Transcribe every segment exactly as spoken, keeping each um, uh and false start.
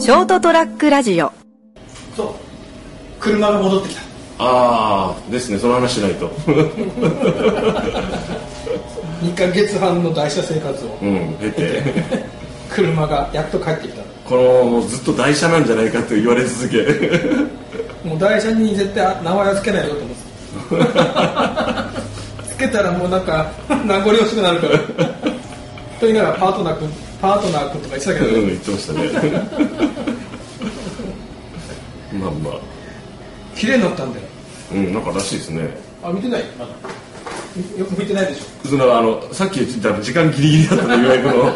ショートトラックラジオ。 そう、車が戻ってきた。 ああですね、その話しないとにかげつはんの台車生活をうん経て車がやっと帰ってきた。 このもうずっと台車なんじゃないかと言われ続けもう台車に絶対名前はつけないよと思ってつけたらもうなんか名残惜しくなるからと言いながらパートナー君パートナー君とか言ってたけど、ね、 うん言ってましたねまあまあ綺麗になったんだよ。 うんなんからしいですね。 あ、見てないまだよく見てないでしょ。 そのあのさっき言ってた時間ギリギリだったの岩井君の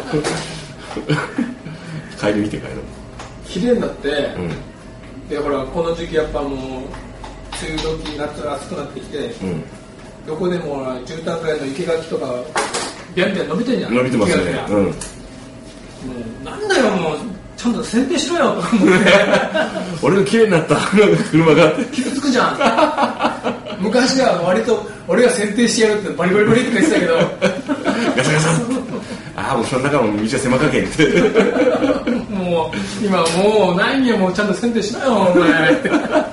帰り見て帰る綺麗になって、 うん、 でほらこの時期やっぱもう梅雨時夏が暑くなってきて、うん、どこでも住宅街の生垣とかビャンビャン伸びてんじゃん。 伸びてますね、うん、もうなんだよもうちゃんと剪定しろよとか思って俺の綺麗になった車が傷つくじゃん昔は割と俺が剪定してやるってバリバリバリって言ってたけどガサガサああもうその中の道は狭かけんってもう今もうないんやもうちゃんと剪定しろよお前も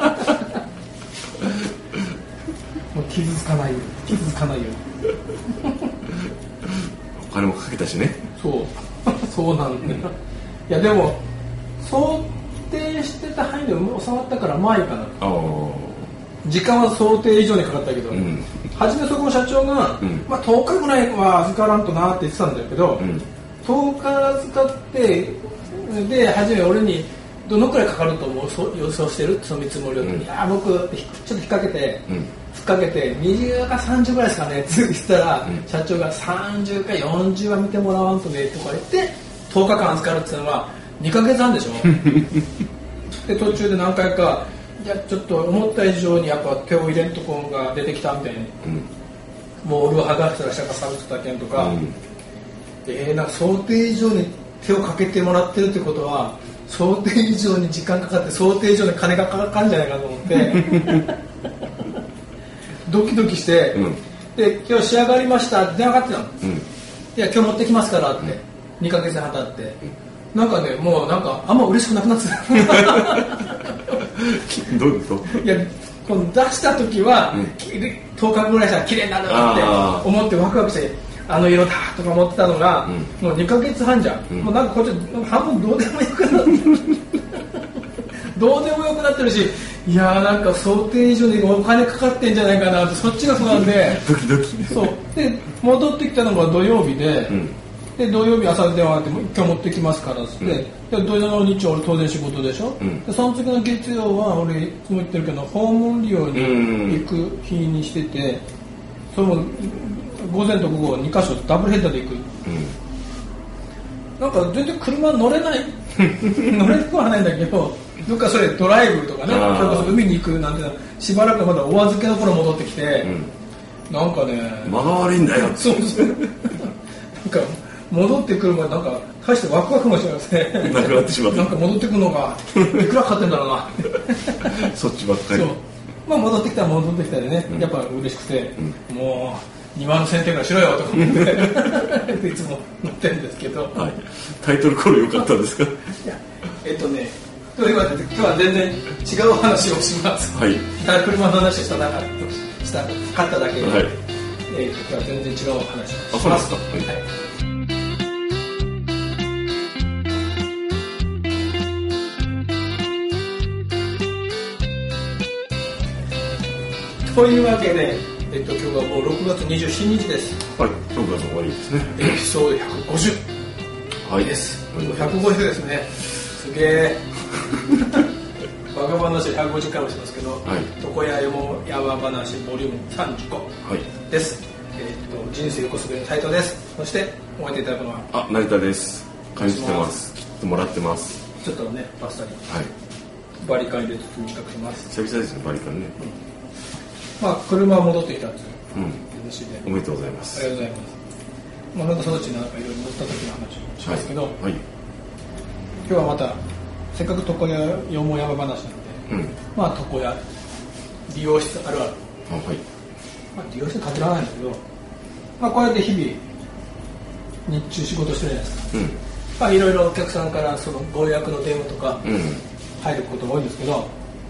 う傷つかないよ傷つかないよお金もかけたしね。 そうそうなんだよ。いやでも想定してた範囲で収まったからまあいいかな。あ時間は想定以上にかかったけど、うん、初めそこの社長が、うんまあ、とおかぐらいは預からんとなって言ってたんだけど、うん、とおか預かってで初め俺にどのくらいかかると思う予想してるその見積もりを、うん、いや僕ちょっと引っ掛けて、うん、引っ掛けてにじゅうかさんじゅうぐらいですかねって言ったら、うん、社長がさんじゅうかよんじゅうは見てもらわんとねとか言ってとおかかん預かるっていうのはにかげつはんでしょで途中で何回かいやちょっと思った以上にやっぱ手を入れんとこが出てきたみたいに、うん、もう俺を剥がしたら下がサブしたけんとか、うん、えー、なんか想定以上に手をかけてもらってるってことは想定以上に時間かかって想定以上に金がかかるんじゃないかと思ってドキドキして、うん、で今日仕上がりましたって電話かかってたの、うん、いや今日持ってきますからって、うん、にかげつはん経って、うん、なんかねもうなんかあんま嬉しくなくなってたどういうこといやこの出した時は、うん、とおかぐらいしたら綺麗になるって思ってワクワクしてあの色だとか思ってたのが、うん、もうにかげつはんじゃん、うん、もうなんかこっち半分どうでもよくなってどうでもよくなってるしいやーなんか想定以上にお金かかってんじゃないかなってそっちが不安でドキドキそうで戻ってきたのが土曜日で、うんで土曜日朝電話があって今日持ってきますからっつって、うん、で土曜の日曜俺当然仕事でしょ、うん、でその次の月曜は俺いつも言ってるけど訪問利用に行く日にしててそれも午前と午後にか所ダブルヘッダーで行く、うん、なんか全然車乗れない乗れなくはないんだけどどっかそれドライブとかねそれこそ海に行くなんてしばらくまだお預けの頃戻ってきて、うん、なんかね間が悪いんだよそうそうなんか戻ってくるまでなんか大してワクワクもしなくてなくなってしまったなんか戻ってくるのがいくらかかってんだろうなそっちばっかりそう、まあ、戻ってきたら戻ってきたでね、うん、やっぱ嬉しくて、うん、もうにまんせんてんぐらいしろよとか思っていつも乗ってるんですけど、 はい、タイトルコール良かったですかいやえっとねというわけで今日は全然違う話をします、はい、車の話をしたなかったしたかっただけで、はいえー、今日は全然違う話をしますと。というわけで、えっと、今日はもうろくがつにじゅうしちにちです。 はい、ろくがつ終わりですね。 エピソードひゃくごじゅうです。はい、ひゃくごじゅうですね。すげえ。バカ話ひゃくごじゅっかいもしてますけど、はい、床屋よもやわ話ボリュームさんじゅっこです。はいえー、と人生横滑りの斉藤です。そしてお会いいただくのはあ成田です。感じてます。きっともらってます。 ちょっとねパスタに、はい、バリカン入れて包み隠します。 久々ですねバリカンね、 うん、まあ車は戻ってきたんですよ、うん、 話でおめでとうございます。 ありがとうございます。まあなんかそのうちなんかいろいろ乗った時の話をしますけど、はいはい、今日はまたせっかく床屋よもやま話なんで、うん、まあ床屋利用室あるあるあ、はいまあ、利用して限らないんだけど、まあ、こうやって日々日中仕事してるじゃないですか、 まあ、いろいろお客さんからそのご予約の電話とか入ることが多いんですけど、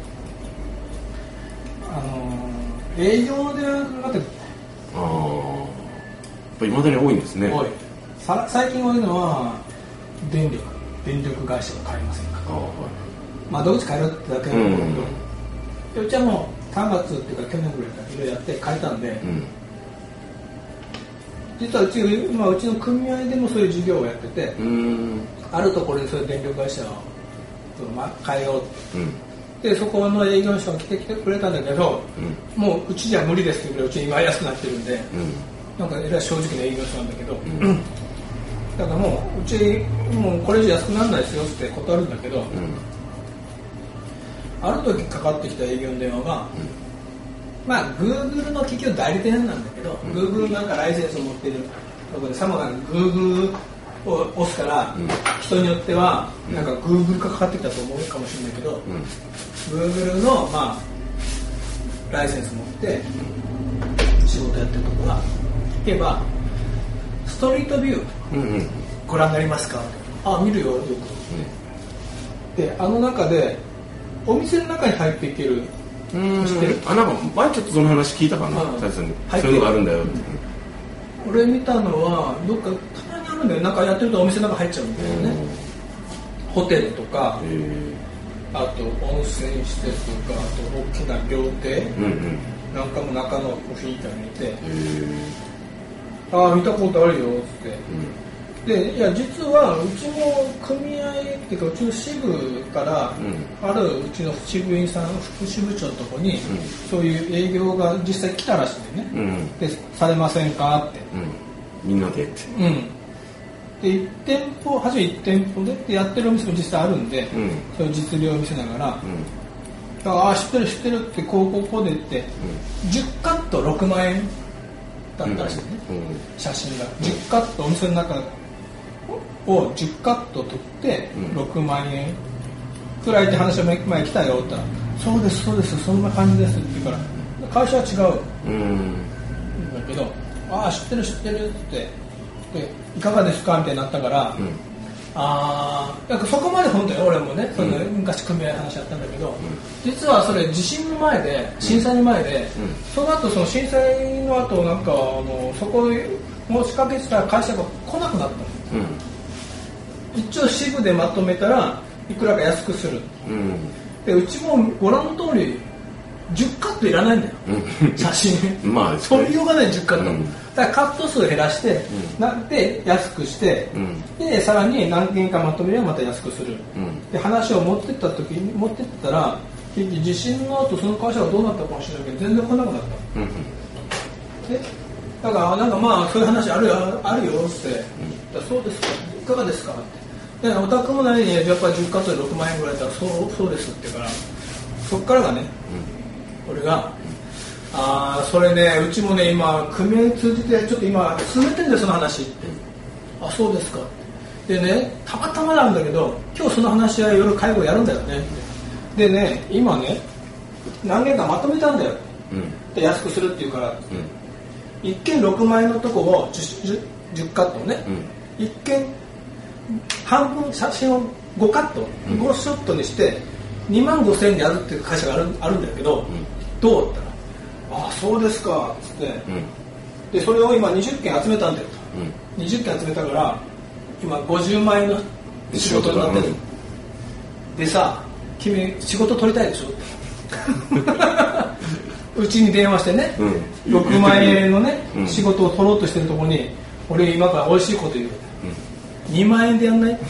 あのー、営業の電話がかかってくる。 ああ、やっぱいまだに多いんですね。 多い。さ最近多いのは電力電力会社が買いませんか。あ、はい、まあどっち買えるってだけなんだけど、うん、うちはもうさんがつっていうか去年ぐらいからいろいろやって変えたんで、うん、実はうち今うちの組合でもそういう事業をやってて、うん、あるところでそういう電力会社を変えようって、うん、でそこの営業の人が来てきてくれたんだけど、うん、もううちじゃ無理ですって言うぐらいうち今安くなってるんで、うん、なんかえらい正直な営業所なんだけど、うん、だからもううちもうこれ以上安くならないですよって断るんだけど、うん、ある時かかってきた営業の電話が、うん、まあ Google の企業代理店なんだけど、うん、Google なんかライセンスを持っているところでさもが Google を押すから、うん、人によってはなんか Google がかかってきたと思うかもしれないけど、うん、Google の、まあ、ライセンス持って仕事やってるところが聞けばストリートビュー、うんうん、ご覧になりますか。あ、見るよよく、うん、であの中でお店の中に入っていける。 うん、知ってる？あ、なんか前ちょっとその話聞いたかな、うん、そういうのがあるんだよ。 俺見たのはどっかたまにあるんだよ。なんかやってるとお店の中入っちゃうんだよね、うん、ホテルとか、あと温泉施設とか、あと大きな料亭、うんうん、なんかも中の雰囲気が見て、ああ見たことあるよって、うん、でいや実はうちの組合っていうかうちの支部から、うん、あるうちの支部員さん副支部長のところに、うん、そういう営業が実際来たらしいんだよね、うん、でされませんかって、 うん、みんなでって、 うん、でいち店舗初めいち店舗でやってるお店も実際あるんで、うん、そういう実例を見せながら、うん、ああ知ってる知ってるってこうこうこうでって、うん、じゅうカットろくまんえんだったらしいね、うんうん、写真がじゅうカットお店の中をじゅうカット取ってろくまんえんくらいって話が前来たよって言ったら、そうですそうですそんな感じですって言うから会社は違う、うん、だけどああ知ってる知ってるってでいかがですかみたいになったから、うん、ああそこまで本当に俺もねその昔組合話やったんだけど、うん、実はそれ地震の前で震災の前で、うん、その後その震災の後なんかあのそこに申し掛けてた会社が来なくなったの、うん、一応支部でまとめたらいくらか安くする、うん、でうちもご覧の通りじゅうカットいらないんだよ、うん、写真まあ取りようがないじゅうカット、うん、だからカット数減らして、うん、なで安くして、うん、でさらに何件かまとめればまた安くする、うん、で話を持ってった時に持ってったら地震の後その会社がどうなったかもしれないけど全然来なくなった、うん、でだからなんかまあそういう話あるよあるよって、うん、そうですかいかがですかってでお宅も何にやっぱりじゅうカットでろくまんえんぐらいだったらそうそうですって言うからそっからがね、うん、俺がああそれねうちもね今組合通じてちょっと今進めてんだよその話って、うん、あそうですかでねたまたまなんだけど今日その話は夜会合やるんだよねでね今ね何件かまとめたんだよ、うん、で安くするっていうから、うん、いっけんろくまんえんのとこを 10, 10カットね、うん、いっけん半分写真をごカット、うん、ごショットにしてにまんごせんえんでやるっていう会社がある、あるんだけど、うん、どうって言ったらああそうですかっつって、うん、でそれを今にじゅっけん集めたんだよと、うん、にじゅっけん集めたから今ごじゅうまんえんの仕事になってる、うん、でさ君仕事取りたいでしょうちに電話してね、うん、ろくまんえんのね、うん、仕事を取ろうとしてるところに俺今から美味しいこと言う、うん、にまんえんでやんない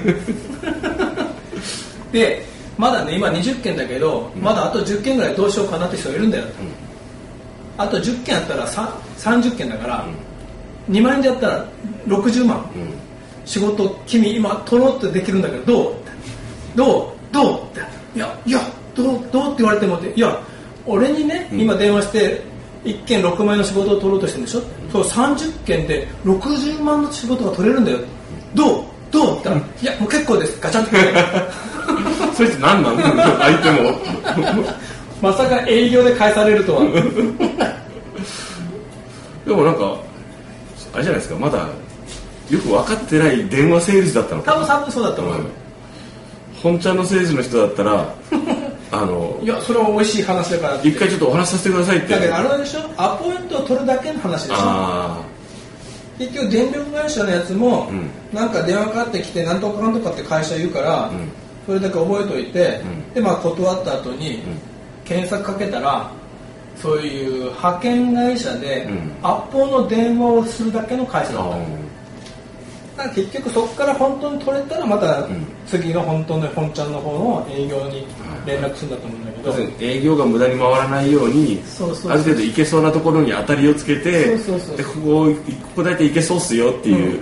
でまだね今にじゅっけんだけど、うん、まだあとじゅっけんぐらいどうしようかなって人がいるんだよ、うん、あとじゅっけんあったらさんじゅっけんだから、うん、にまんえんでやったらろくじゅうまん、うん、仕事君今取ろうってできるんだけどどうどうどうっていやいやどうどうって言われてもいや俺にね、うん、今電話していっけんろくまんえんの仕事を取ろうとしてるんでしょ、うん、そうさんじゅっけんでろくじゅうまんの仕事が取れるんだよどうどうって言ったら、うん、いやもう結構ですガチャンってそれって何なの相手もまさか営業で返されるとはでもなんかあれじゃないですかまだよく分かってない電話セールスだったのか多分多分そうだと思う、うん、 本ちゃんのセールスの人だったらあのいやそれは美味しい話だから一回ちょっとお話しさせてくださいってだけどあれでしょアポイントを取るだけの話でしょあ結局電力会社のやつも、うん、なんか電話かかってきてなんとかかんとかって会社言うから、うん、それだけ覚えておいて、うん、でまあ断った後に、うん、検索かけたらそういう派遣会社で、うん、アポの電話をするだけの会社だった、うんだから結局そこから本当に取れたらまた次の本当の本ちゃんの方の営業に連絡するんだと思うんだけど、 うん、営業が無駄に回らないようにそうそうそうある程度いけそうなところに当たりをつけてそうそうそうでここここ大体いけそうっすよっていう、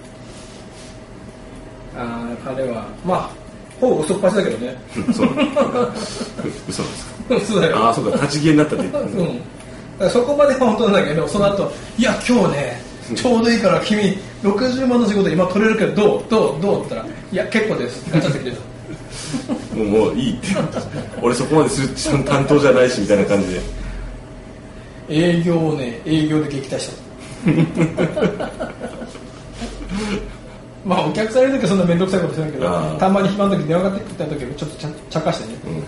うん、あ彼はまあほぼ嘘っぱちだけどねそう嘘なんですか嘘だよああそうか立ち消えになったって言って、 うん、だからそこまで本当なんだけどその後いや今日ねちょうどいいから君ろくじゅうまんの仕事今取れるけどどうどうどうって言ったらいや結構ですガチャってきてたもうもういいって俺そこまでする担当じゃないしみたいな感じで営業をね営業で撃退したまあお客さんいる時はそんな面倒くさいことするけどたまに暇の時電話かかってきた時はちょっとちゃ茶化してね、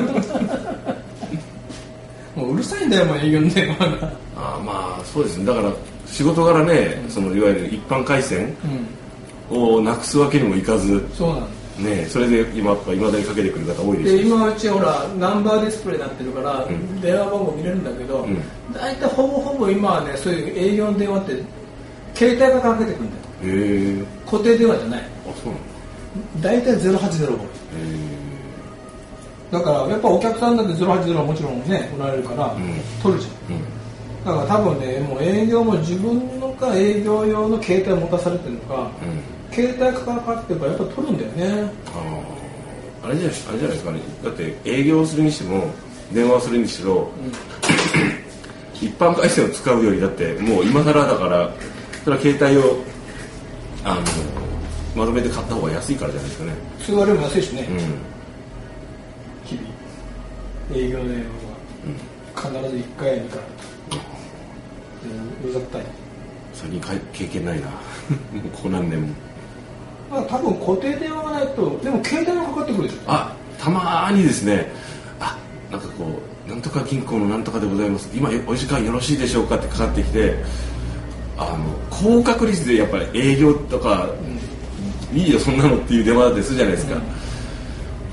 うん、もううるさいんだよもう営業の電話があまあそうですねだから仕事柄ね、うん、そのいわゆる一般回線をなくすわけにもいかず、うん、 そうなんねそれで今いまだにかけてくる方多いですで今うちほらナンバーディスプレイになってるから、うん、電話番号見れるんだけど、うん、大体ほぼほぼ今はねそういう営業の電話って携帯がかけてくるんだよへえ固定電話じゃないあそうなの大体ゼロはちゼロごへだからやっぱお客さんだってゼロはちゼロはもちろんねおられるから、うん、取るじゃん、うんだから多分ね、もう営業も自分のか営業用の携帯を持たされてるのか、うん、携帯かかってるからやっぱ取るんだよね。 ああれじゃないあれじゃないですかね。だって営業するにしても電話するにしろ、うん、一般回線を使うよりだってもう今更だからそれは携帯をあのまとめて買った方が安いからじゃないですかね。 通話料も安いしね。うん、日々営業電話は必ずいっかいにかい。うざったい最近経験ないなここ何年もまあ多分固定電話がないとでも携帯がかかってくるでしょあたまーにですねあなんかこうなんとか銀行のなんとかでございます今お時間よろしいでしょうかってかかってきてあの高確率でやっぱり営業とか、うん、いいよそんなのっていう電話でするじゃないですか、うん、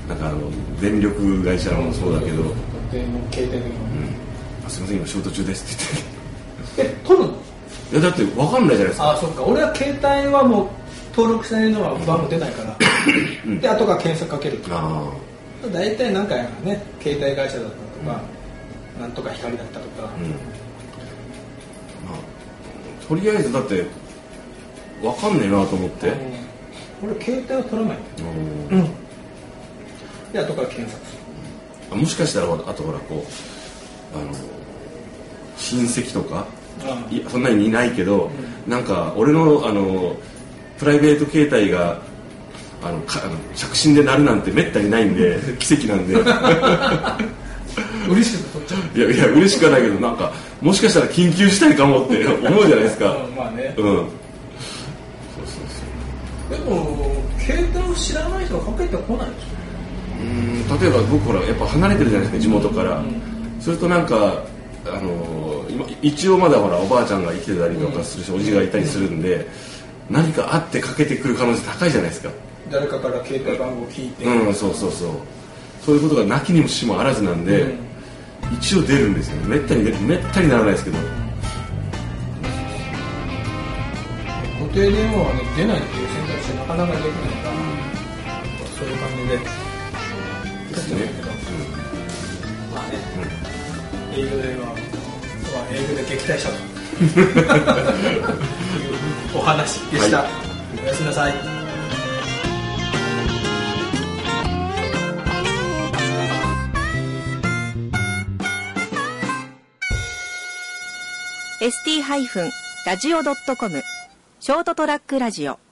なんかあの電力会社もそうだけど、うん、 携帯電話、 うん、すみません今仕事中ですって言ってえ、取るの？ いやだって分かんないじゃないですか。 あ、そっか。俺は携帯はもう登録してないのは番号出ないから。うん、で後から検索かける。ああ。大体何かやからね、携帯会社だったとか、うん、なんとか光だったとか。うん、まあとりあえずだって分かんねえなと思って。 俺携帯は取らない。うん。で後から検索する。もしかしたらあとほらこうあの。親戚とかいやそんなにいないけど、うん、なんか俺のあのプライベート携帯があのかあの着信で鳴るなんてめったにないんで奇跡なんで嬉しくて取っちゃういやいや嬉しくはないけどなんかもしかしたら緊急事態かもって思うじゃないですか、 うん、まあね、 うん、そうそうそうでも携帯を知らない人がかけてこないでしょうん例えば僕ほらやっぱ離れてるじゃないですか地元から、うん、それとなんかあの一応まだほらおばあちゃんが生きてたりとかするし、うん、おじがいたりするんで、うん、何かあってかけてくる可能性高いじゃないですか誰かから携帯番号聞いてうんそうそうそうそういうことがなきにもしもあらずなんで、うん、一応出るんですよめったにめったにならないですけど固定電話は、ね、出ないっていう選択肢なかなかできないから、うん、そういう感じでですね、うん、まあね、うん、営業電話は営業で撃退したというお話でした、はい、おやすみなさい。 エスティー ラジオ ドットコム ショートトラックラジオ